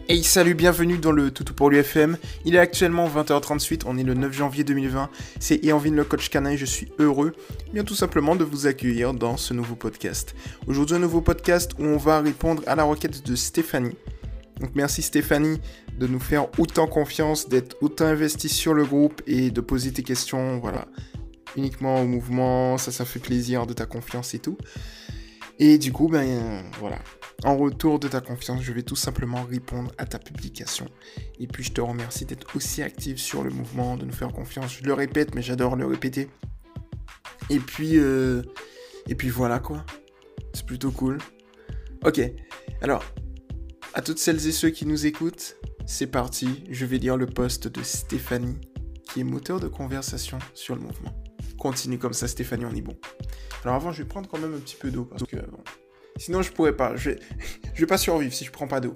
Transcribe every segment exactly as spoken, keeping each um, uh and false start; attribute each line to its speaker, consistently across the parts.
Speaker 1: Hey, salut, bienvenue dans le Toutou pour l'U F M. Il est actuellement vingt heures trente-huit, on est le neuf janvier deux mille vingt. C'est Eanvin, le coach canin, et je suis heureux, bien tout simplement, de vous accueillir dans ce nouveau podcast. Aujourd'hui, un nouveau podcast où on va répondre à la requête de Stéphanie. Donc merci Stéphanie de nous faire autant confiance, d'être autant investi sur le groupe et de poser tes questions, voilà, uniquement au mouvement, ça, ça fait plaisir de ta confiance et tout. Et du coup, ben euh, voilà. En retour de ta confiance, je vais tout simplement répondre à ta publication. Et puis je te remercie d'être aussi active sur le mouvement, de nous faire confiance. Je le répète, mais j'adore le répéter. Et puis, euh... et puis voilà quoi. C'est plutôt cool. Ok, alors, à toutes celles et ceux qui nous écoutent, c'est parti. Je vais lire le post de Stéphanie, qui est moteur de conversation sur le mouvement. Continue comme ça Stéphanie, on est bon. Alors avant, je vais prendre quand même un petit peu d'eau, parce que bon, sinon je pourrais pas, je vais, je vais pas survivre si je prends pas d'eau.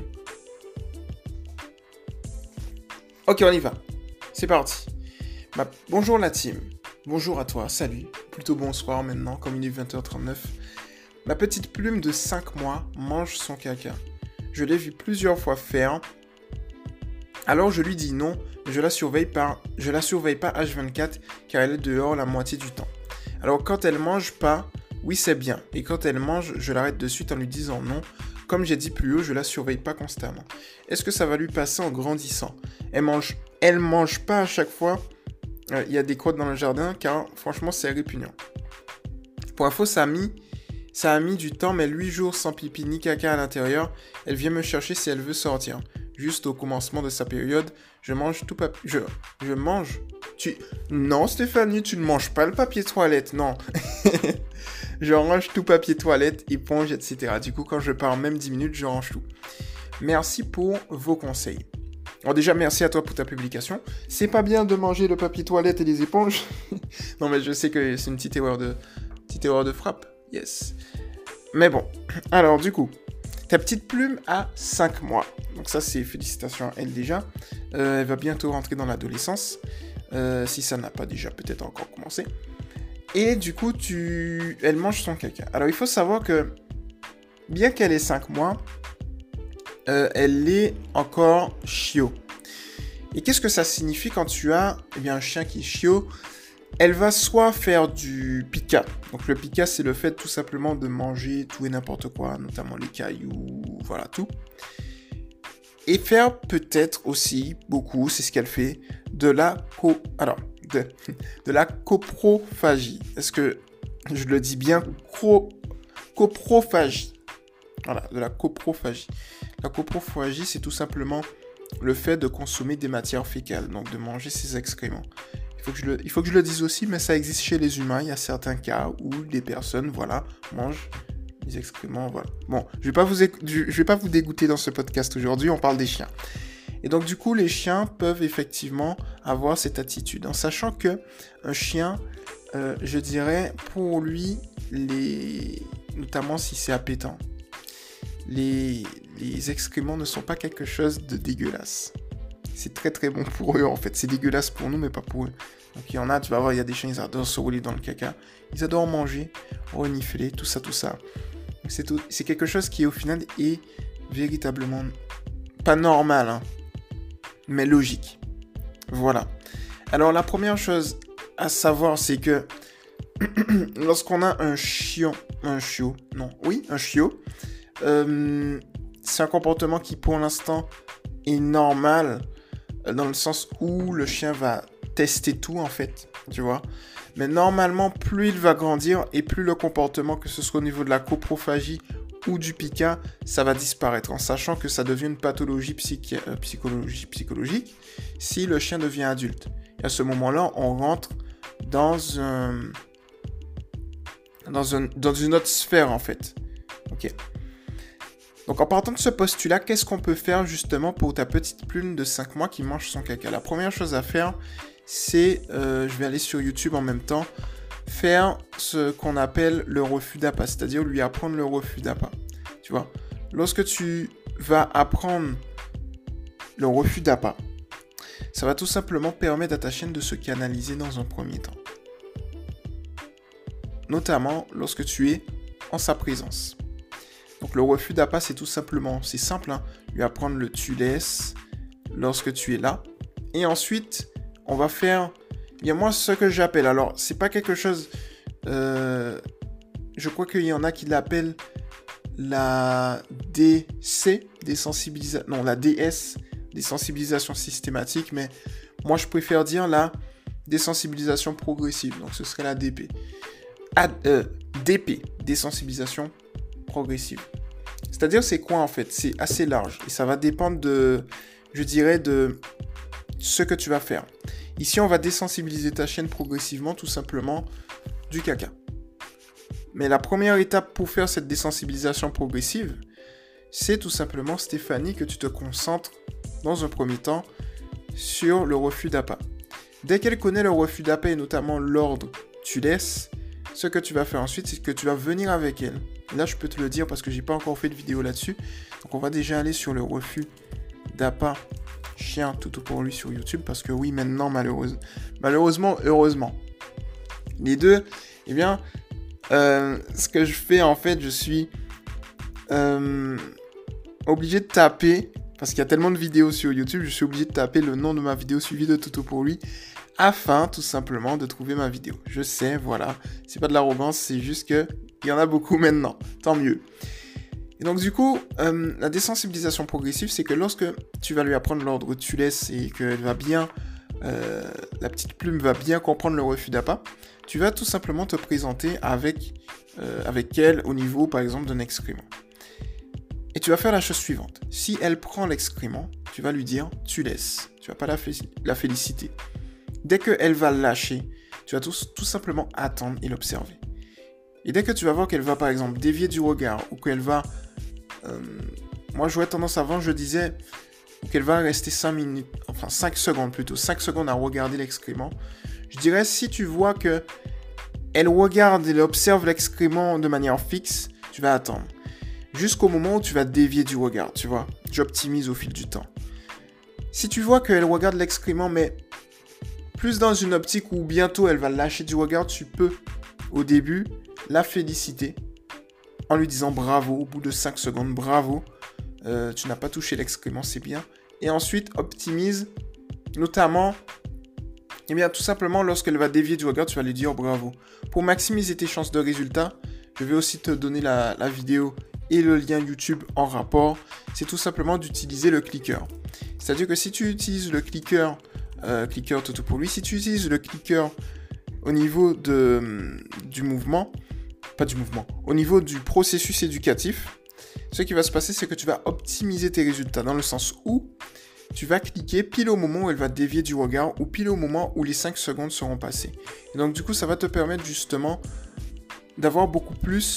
Speaker 1: Ok, on y va. C'est parti. Bah, bonjour la team. Bonjour à toi, salut. Plutôt bonsoir maintenant, comme il est vingt heures trente-neuf. Ma petite plume de cinq mois mange son caca. Je l'ai vu plusieurs fois faire. Alors je lui dis non, mais je la surveille par, je la surveille pas H vingt-quatre car elle est dehors la moitié du temps. Alors quand elle mange pas, oui c'est bien. Et quand elle mange, je l'arrête de suite en lui disant non. Comme j'ai dit plus haut, je la surveille pas constamment. Est-ce que ça va lui passer en grandissant ? Elle mange, elle mange pas à chaque fois. Il euh, y a des crottes dans le jardin car franchement c'est répugnant. Pour info, ça a mis, ça a mis du temps, mais huit jours sans pipi ni caca à l'intérieur. Elle vient me chercher si elle veut sortir. Juste au commencement de sa période, je mange tout papier... Je... Je mange... Tu... Non, Stéphanie, tu ne manges pas le papier toilette, non. Je range tout papier toilette, éponge, et cetera. Du coup, quand je pars même dix minutes, je range tout. Merci pour vos conseils. Alors déjà, merci à toi pour ta publication. C'est pas bien de manger le papier toilette et les éponges. Non, mais je sais que c'est une petite erreur de... Petite erreur de frappe. Yes. Mais bon. Alors, du coup... Ta petite plume a cinq mois. Donc ça, c'est félicitations à elle déjà. Euh, elle va bientôt rentrer dans l'adolescence. Euh, si ça n'a pas déjà peut-être encore commencé. Et du coup, tu... elle mange son caca. Alors, il faut savoir que, bien qu'elle ait cinq mois, euh, elle est encore chiot. Et qu'est-ce que ça signifie quand tu as eh bien, un chien qui est chiot ? Elle va soit faire du pica. Donc le pica, c'est le fait tout simplement de manger tout et n'importe quoi, notamment les cailloux, voilà, tout. Et faire peut-être aussi, beaucoup, c'est ce qu'elle fait, de la co... Alors, de, de la coprophagie. Est-ce que je le dis bien ? Co... Coprophagie. Voilà, de la coprophagie. La coprophagie, c'est tout simplement le fait de consommer des matières fécales, donc de manger ses excréments. Il faut, que je le, il faut que je le dise aussi, mais ça existe chez les humains. Il y a certains cas où les personnes, voilà, mangent des excréments, voilà. Bon, je vais pas vous, éc- je vais pas vous dégoûter dans ce podcast aujourd'hui, on parle des chiens. Et donc, du coup, les chiens peuvent effectivement avoir cette attitude, en sachant que un chien, euh, je dirais, pour lui, les... notamment si c'est appétant, les... les excréments ne sont pas quelque chose de dégueulasse. C'est très très bon pour eux en fait. C'est dégueulasse pour nous mais pas pour eux. Donc il y en a, tu vas voir, il y a des chiens, ils adorent se rouler dans le caca. Ils adorent manger, renifler, tout ça, tout ça. Donc c'est, tout, c'est quelque chose qui au final est véritablement pas normal, hein, mais logique. Voilà. Alors la première chose à savoir c'est que lorsqu'on a un chiot, un chiot, non, oui, un chiot, euh, c'est un comportement qui pour l'instant est normal. Dans le sens où le chien va tester tout en fait, tu vois. Mais normalement, plus il va grandir et plus le comportement, que ce soit au niveau de la coprophagie ou du pica, ça va disparaître. En sachant que ça devient une pathologie psychi- euh, psychologie, psychologique si le chien devient adulte. Et à ce moment-là, on rentre dans un, dans un, dans une autre sphère en fait. Ok. Donc en partant de ce postulat, qu'est-ce qu'on peut faire justement pour ta petite plume de cinq mois qui mange son caca ? La première chose à faire, c'est, euh, je vais aller sur YouTube en même temps, faire ce qu'on appelle le refus d'appât, c'est-à-dire lui apprendre le refus d'appât. Tu vois, lorsque tu vas apprendre le refus d'appât, ça va tout simplement permettre à ta chienne de se canaliser dans un premier temps. Notamment lorsque tu es en sa présence. Donc Donc le refus d'appât, c'est tout simplement, c'est simple, hein, lui apprendre le tu laisses lorsque tu es là. Et ensuite, on va faire, il y a moi ce que j'appelle, alors c'est pas quelque chose, euh, je crois qu'il y en a qui l'appellent la D C, désensibilisation, non la D S, désensibilisation systématique, mais moi je préfère dire la désensibilisation progressive, donc ce serait la D P. Ad, euh, D P, désensibilisation progressive. C'est-à-dire c'est quoi en fait? C'est assez large et ça va dépendre de, je dirais, de ce que tu vas faire. Ici on va désensibiliser ta chienne progressivement, tout simplement du caca. Mais la première étape pour faire cette désensibilisation progressive, c'est tout simplement, Stéphanie, que tu te concentres dans un premier temps sur le refus d'appât. Dès qu'elle connaît le refus d'appât et notamment l'ordre tu laisses, ce que tu vas faire ensuite, c'est que tu vas venir avec elle. Et là, je peux te le dire parce que j'ai pas encore fait de vidéo là-dessus. Donc, on va déjà aller sur le refus d'appât chien toutou pour lui sur YouTube parce que oui, maintenant, malheureusement, malheureusement, heureusement, les deux, eh bien, euh, ce que je fais en fait, je suis euh, obligé de taper parce qu'il y a tellement de vidéos sur YouTube, je suis obligé de taper le nom de ma vidéo suivi de toutou pour lui afin tout simplement de trouver ma vidéo. Je sais, voilà, c'est pas de l'arrogance, c'est juste que il y en a beaucoup maintenant, tant mieux. Et donc du coup, euh, la désensibilisation progressive, c'est que lorsque tu vas lui apprendre l'ordre tu laisses et qu'elle va bien, euh, la petite plume va bien comprendre le refus d'appât, tu vas tout simplement te présenter avec, euh, avec elle au niveau par exemple d'un excrément. Et tu vas faire la chose suivante. Si elle prend l'excrément, tu vas lui dire tu laisses. Tu vas pas la, fé- la féliciter. Dès qu'elle va lâcher, tu vas tout, tout simplement attendre et l'observer. Et dès que tu vas voir qu'elle va par exemple dévier du regard ou qu'elle va... Euh, moi j'aurais tendance avant, je disais qu'elle va rester cinq minutes, enfin cinq secondes plutôt, cinq secondes à regarder l'excrément. Je dirais si tu vois que elle regarde et elle observe l'excrément de manière fixe, tu vas attendre. Jusqu'au moment où tu vas dévier du regard, tu vois. J'optimise au fil du temps. Si tu vois qu'elle regarde l'excrément, mais plus dans une optique où bientôt elle va lâcher du regard, tu peux, au début, la féliciter en lui disant bravo, au bout de cinq secondes, bravo, euh, tu n'as pas touché l'excrément, c'est bien. Et ensuite, optimise, notamment, eh bien, tout simplement, lorsqu'elle va dévier du regard, tu vas lui dire bravo. Pour maximiser tes chances de résultat, je vais aussi te donner la, la vidéo et le lien YouTube en rapport. C'est tout simplement d'utiliser le clicker. C'est-à-dire que si tu utilises le clicker, euh, clicker toutou pour lui, si tu utilises le clicker au niveau de, du mouvement, pas du mouvement, au niveau du processus éducatif, ce qui va se passer, c'est que tu vas optimiser tes résultats dans le sens où tu vas cliquer pile au moment où elle va dévier du regard ou pile au moment où les cinq secondes seront passées. Et donc du coup, ça va te permettre justement d'avoir beaucoup plus,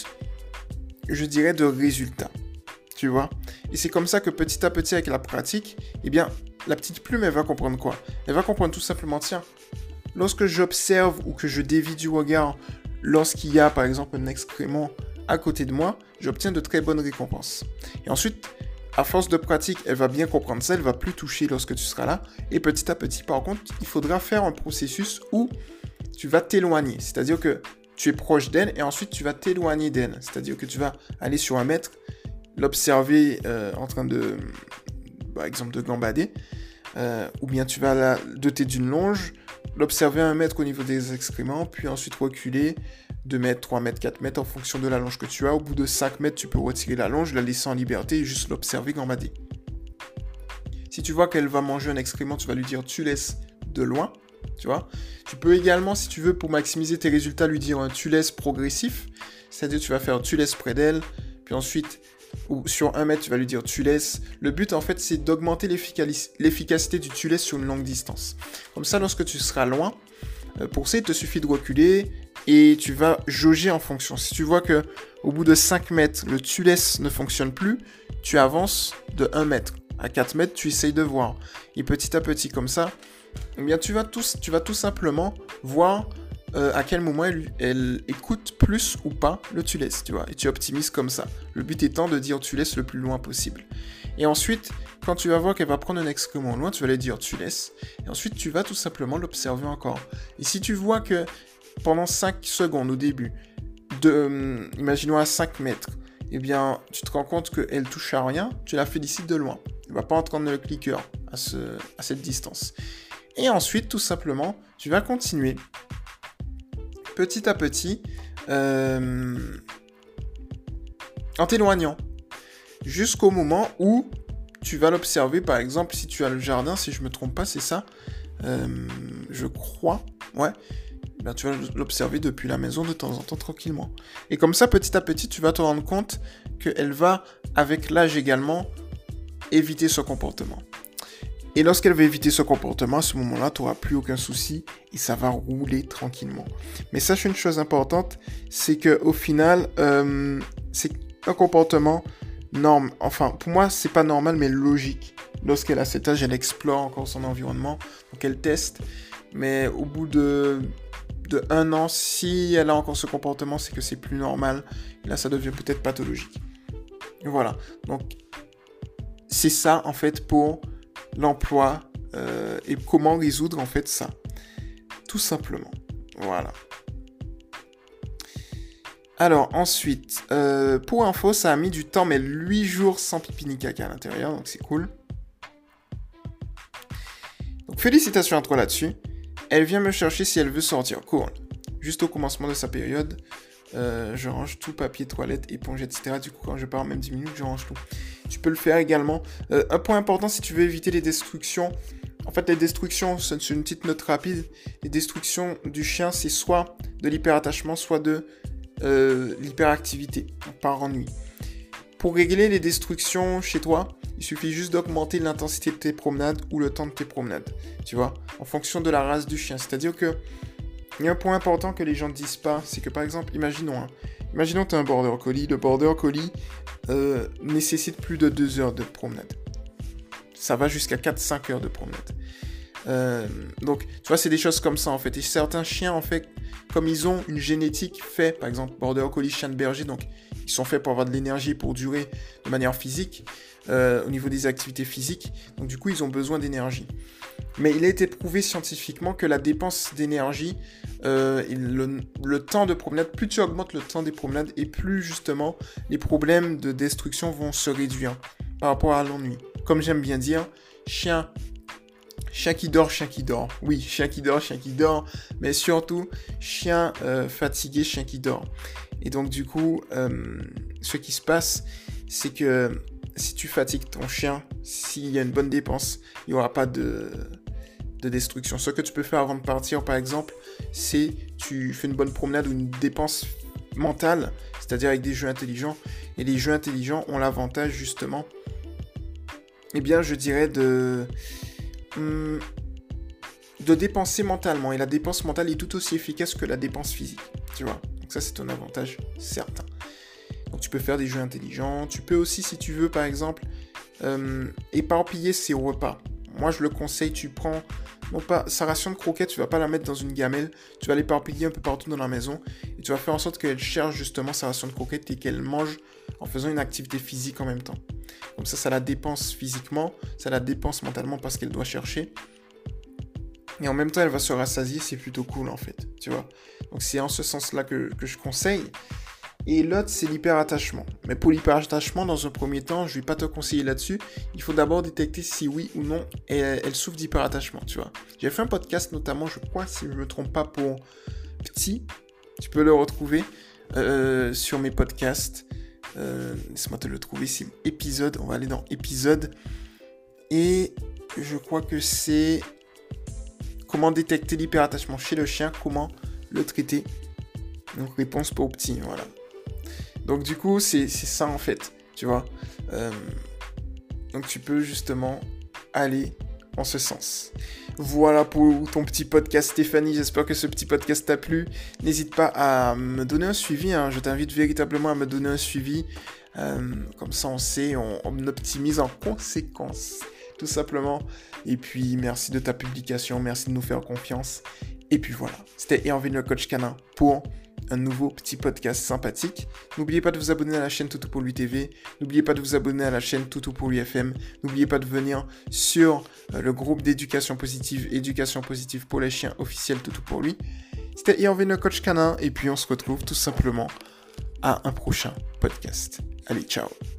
Speaker 1: je dirais, de résultats. Tu vois? Et c'est comme ça que petit à petit, avec la pratique, eh bien, la petite plume, elle va comprendre quoi? Elle va comprendre tout simplement, tiens, lorsque j'observe ou que je dévie du regard, lorsqu'il y a, par exemple, un excrément à côté de moi, j'obtiens de très bonnes récompenses. Et ensuite, à force de pratique, elle va bien comprendre ça, elle va plus toucher lorsque tu seras là. Et petit à petit, par contre, il faudra faire un processus où tu vas t'éloigner. C'est-à-dire que tu es proche d'elle et ensuite tu vas t'éloigner d'elle. C'est-à-dire que tu vas aller sur un mètre, l'observer euh, en train de, par exemple, de gambader. Euh, ou bien tu vas la doter d'une longe, l'observer à un mètre au niveau des excréments, puis ensuite reculer deux mètres, trois mètres, quatre mètres en fonction de la longe que tu as. Au bout de cinq mètres, tu peux retirer la longe, la laisser en liberté et juste l'observer gambader. Si tu vois qu'elle va manger un excrément, tu vas lui dire tu laisses de loin, tu vois. Tu peux également, si tu veux, pour maximiser tes résultats, lui dire un tu laisses progressif, c'est-à-dire tu vas faire un tu laisses près d'elle, puis ensuite, ou sur un mètre, tu vas lui dire tu laisses. Le but, en fait, c'est d'augmenter l'efficaci- l'efficacité du tu laisses sur une longue distance. Comme ça, lorsque tu seras loin, pour ça, il te suffit de reculer et tu vas jauger en fonction. Si tu vois que au bout de cinq mètres, le tu laisses ne fonctionne plus, tu avances de un mètre. À quatre mètres, tu essayes de voir. Et petit à petit, comme ça, eh bien, tu vas tout, tu vas tout simplement voir euh, à quel moment elle, elle écoute plus ou pas le tu laisses, tu vois. Et tu optimises comme ça. Le but étant de dire tu laisses le plus loin possible. Et ensuite, quand tu vas voir qu'elle va prendre un excrément loin, tu vas lui dire tu laisses. Et ensuite, tu vas tout simplement l'observer encore. Et si tu vois que pendant cinq secondes au début, de, euh, imaginons à cinq mètres, eh bien, tu te rends compte qu'elle touche à rien, tu la félicites de loin. Elle ne va pas entendre le cliqueur à, ce, à cette distance. Et ensuite, tout simplement, tu vas continuer petit à petit euh, en t'éloignant jusqu'au moment où tu vas l'observer. Par exemple, si tu as le jardin, si je me trompe pas, c'est ça, euh, je crois, ouais. Ben, tu vas l'observer depuis la maison de temps en temps tranquillement. Et comme ça, petit à petit, tu vas te rendre compte qu'elle va, avec l'âge également, éviter ce comportement. Et lorsqu'elle va éviter ce comportement, à ce moment-là, tu n'auras plus aucun souci et ça va rouler tranquillement. Mais sache une chose importante, c'est qu'au final, euh, c'est un comportement norme. Enfin, pour moi, c'est pas normal, mais logique. Lorsqu'elle a cet âge, elle explore encore son environnement, donc elle teste. Mais au bout de... de un an, si elle a encore ce comportement, c'est que c'est plus normal. Et là, ça devient peut-être pathologique. Et voilà. Donc, c'est ça, en fait, pour l'emploi euh, et comment résoudre, en fait, ça. Tout simplement. Voilà. Alors, ensuite, euh, pour info, ça a mis du temps, mais huit jours sans pipi ni caca à l'intérieur, donc c'est cool. Donc, félicitations à toi là-dessus. Elle vient me chercher si elle veut sortir. Cool. Juste au commencement de sa période, euh, je range tout, papier, toilette, éponge, et cetera. Du coup, quand je pars, même dix minutes, je range tout. Tu peux le faire également. Euh, un point important, si tu veux éviter les destructions. En fait, les destructions, c'est une petite note rapide. Les destructions du chien, c'est soit de l'hyperattachement, soit de euh, l'hyperactivité par ennui. Pour régler les destructions chez toi, il suffit juste d'augmenter l'intensité de tes promenades ou le temps de tes promenades, tu vois, en fonction de la race du chien. C'est-à-dire que il y a un point important que les gens ne disent pas, c'est que par exemple, imaginons, hein, imaginons que tu as un border collie, le border collie euh, nécessite plus de deux heures de promenade. Ça va jusqu'à quatre à cinq heures de promenade. Euh, donc, tu vois, c'est des choses comme ça, en fait. Et certains chiens, en fait, comme ils ont une génétique faite, par exemple, border collie, chien de berger, donc ils sont faits pour avoir de l'énergie, pour durer de manière physique, euh, au niveau des activités physiques. Donc, du coup, ils ont besoin d'énergie. Mais il a été prouvé scientifiquement que la dépense d'énergie, euh, et le, le temps de promenade, plus tu augmentes le temps des promenades, et plus, justement, les problèmes de destruction vont se réduire par rapport à l'ennui. Comme j'aime bien dire, chien... Chien qui dort, chien qui dort. Oui, chien qui dort, chien qui dort. Mais surtout, chien euh, fatigué, chien qui dort. Et donc, du coup, euh, ce qui se passe, c'est que si tu fatigues ton chien, s'il y a une bonne dépense, il n'y aura pas de, de destruction. Ce que tu peux faire avant de partir, par exemple, c'est tu fais une bonne promenade ou une dépense mentale, c'est-à-dire avec des jeux intelligents. Et les jeux intelligents ont l'avantage, justement, eh bien, je dirais de... de dépenser mentalement, et la dépense mentale est tout aussi efficace que la dépense physique, tu vois. Donc ça, c'est un avantage certain. Donc tu peux faire des jeux intelligents, tu peux aussi, si tu veux, par exemple, euh, éparpiller ses repas. Moi, je le conseille, tu prends, non pas, sa ration de croquettes, tu vas pas la mettre dans une gamelle, tu vas l'éparpiller un peu partout dans la maison, et tu vas faire en sorte qu'elle cherche justement sa ration de croquettes et qu'elle mange en faisant une activité physique en même temps. Comme ça, ça la dépense physiquement, ça la dépense mentalement parce qu'elle doit chercher. Et en même temps, elle va se rassasier, c'est plutôt cool en fait, tu vois. Donc c'est en ce sens-là que, que je conseille. Et l'autre, c'est l'hyperattachement. Mais pour l'hyperattachement, dans un premier temps, je ne vais pas te conseiller là-dessus. Il faut d'abord détecter si oui ou non elle, elle souffre d'hyperattachement, tu vois. J'ai fait un podcast notamment, je crois, si je ne me trompe pas, pour Petit. Tu peux le retrouver euh, sur mes podcasts. Euh, laisse-moi te le trouver, c'est épisode. On va aller dans épisode. Et je crois que c'est comment détecter l'hyperattachement chez le chien, comment le traiter. Donc réponse pour Petit, voilà. Donc du coup, c'est, c'est ça en fait, tu vois. Euh, donc tu peux justement aller en ce sens. Voilà pour ton petit podcast, Stéphanie. J'espère que ce petit podcast t'a plu. N'hésite pas à me donner un suivi, hein. Je t'invite véritablement à me donner un suivi. Euh, comme ça, on sait, on, on optimise en conséquence, tout simplement. Et puis, merci de ta publication. Merci de nous faire confiance. Et puis voilà, c'était Hervé le coach canin pour un nouveau petit podcast sympathique. N'oubliez pas de vous abonner à la chaîne Toutou pour lui T V. N'oubliez pas de vous abonner à la chaîne Toutou pour lui F M. N'oubliez pas de venir sur euh, le groupe d'éducation positive, éducation positive pour les chiens officiel Toutou pour lui. C'était Hervé le coach canin et puis on se retrouve tout simplement à un prochain podcast. Allez, ciao.